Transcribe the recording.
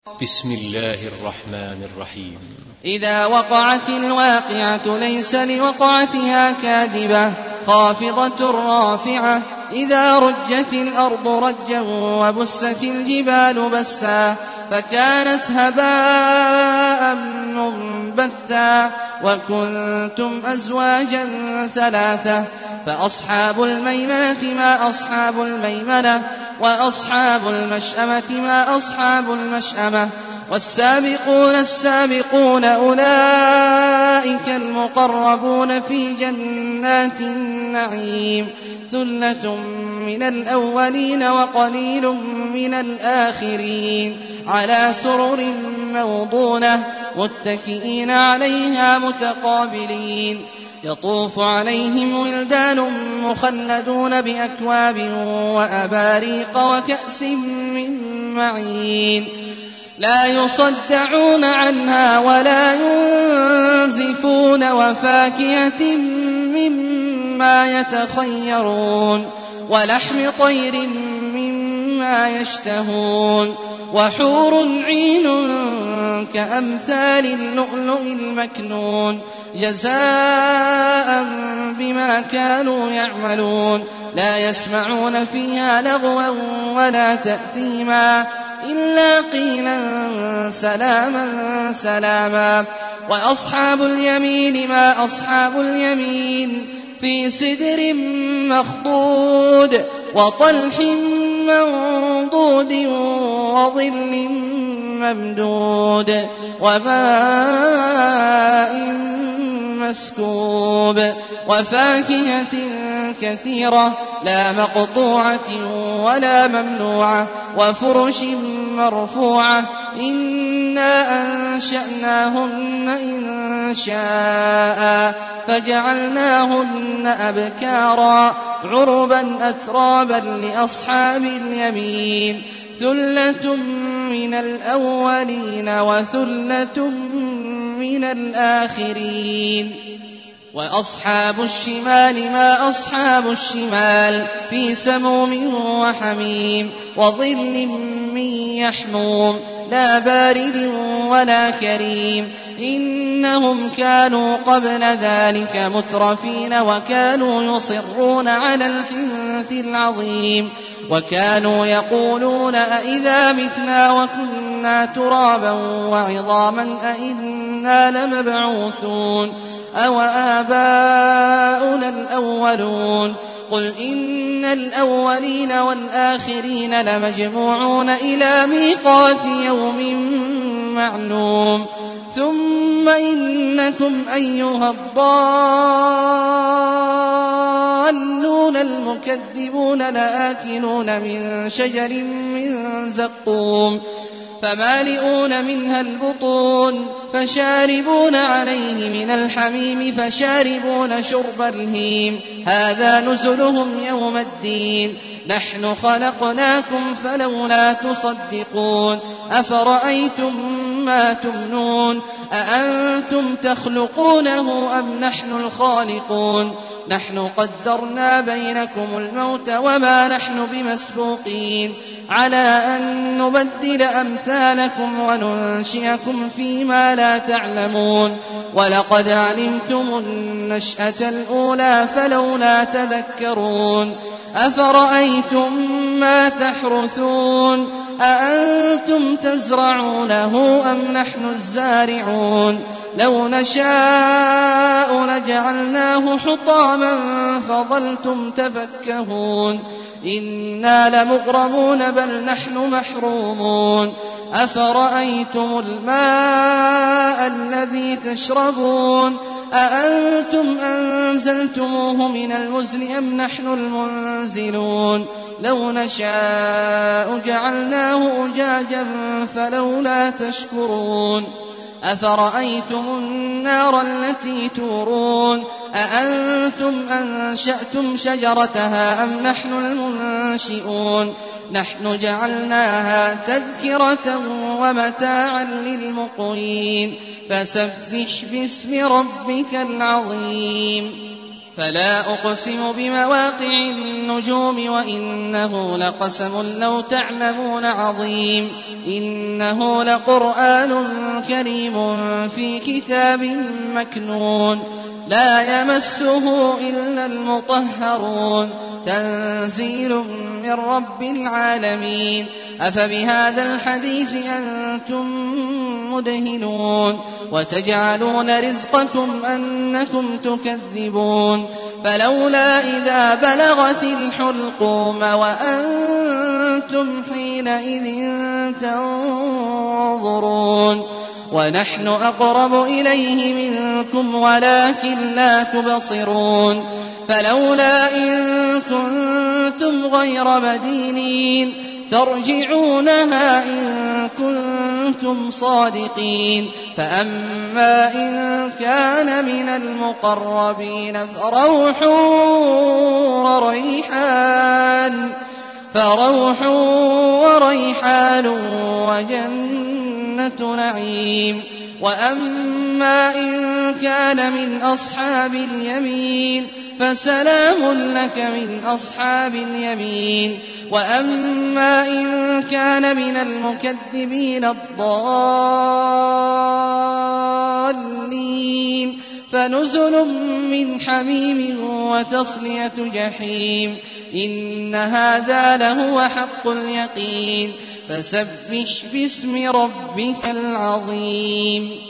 بسم الله الرحمن الرحيم. إذا وقعت الواقعة ليس لوقعتها كاذبة خافضة رافعة إذا رجت الأرض رجا وبست الجبال بسا فكانت هباء منبثا وكنتم أزواجا ثلاثة فأصحاب الميمنة ما أصحاب الميمنة وأصحاب المشأمة ما أصحاب المشأمة والسابقون السابقون أولئك المقربون في جنات النعيم ثلة من الأولين وقليل من الآخرين على سرر موضونة متكئين عليها متقابلين يطوف عليهم ولدان مخلدون بأكواب وأباريق وكأس من معين لا يصدعون عنها ولا ينزفون وفاكهة مما يتخيرون ولحم طير مما يشتهون وحور عين كأمثال اللؤلؤ المكنون جزاء بما كانوا يعملون لا يسمعون فيها لغوا ولا تأثيما إلا قيلا سلاما سلاما وأصحاب اليمين ما أصحاب اليمين في سدر مخضود وطلح منضود وظل ممدود وماء مسكوب وفاكهة كثيرة لا مقطوعة ولا ممنوعة وفرش مرفوعة إنا أنشأناهن إن شاء فجعلناهن أبكارا عربا أترابا لأصحاب اليمين ثلة من الأولين وثلة من الآخرين وأصحاب الشمال ما أصحاب الشمال في سموم وحميم وظل من يحموم لا بارد ولا كريم إنهم كانوا قبل ذلك مترفين وكانوا يصرون على الحنث العظيم وكانوا يقولون أئذا متنا وكنا ترابا وعظاما أئنا لمبعوثون أو آباؤنا الأولون قل إن الأولين والآخرين لمجموعون إلى ميقات يوم معلوم ثم إنكم أيها الضالون المكذبون لآكلون من شجر من زقوم فمالئون منها البطون فشاربون عليه من الحميم فشاربون شرب الهيم هذا نزلهم يوم الدين نحن خلقناكم فلولا تصدقون أفرأيتم ما تمنون أأنتم تخلقونه أم نحن الخالقون نحن قدرنا بينكم الموت وما نحن بمسبوقين على أن نبدل أمثالكم وننشئكم فيما لا تعلمون ولقد علمتم النشأة الأولى فلولا تذكرون أفرأيتم ما تحرثون أأنتم تزرعونه أم نحن الزارعون لو نشاء لجعلناه حطاما فظلتم تفكهون إنا لمغرمون بل نحن محرومون أفرأيتم الماء الذي تشربون أأنتم أنزلتموه من المزن أم نحن المنزلون لو نشاء جعلناه أجاجا فلولا تشكرون أفرأيتم النار التي تورون أأنتم أنشأتم شجرتها أم نحن المنشئون نحن جعلناها تذكرة ومتاعا للمقوين فسبح باسم ربك العظيم فلا أقسم بمواقع النجوم وإنه لقسم لو تعلمون عظيم إنه لقرآن كريم في كتاب مكنون لا يمسه إلا المطهرون تنزيل من رب العالمين أفبهذا الحديث أنتم مدهنون وتجعلون رزقكم أنكم تكذبون فلولا إذا بلغت الحلقوم وأنتم حينئذ تنظرون ونحن أقرب إليه منكم ولكن لا تبصرون فلولا إن كنتم غير مدينين ترجعونها إن كنتم صادقين فأما إن كان من المقربين فروح وريحان وجنة نعيم وأما إن كان من أصحاب اليمين فسلام لك من أصحاب اليمين وأما إن كان من المكذبين الضالين فنزل من حميم وتصلية جحيم إن هذا لهو حق اليقين فسبح باسم ربك العظيم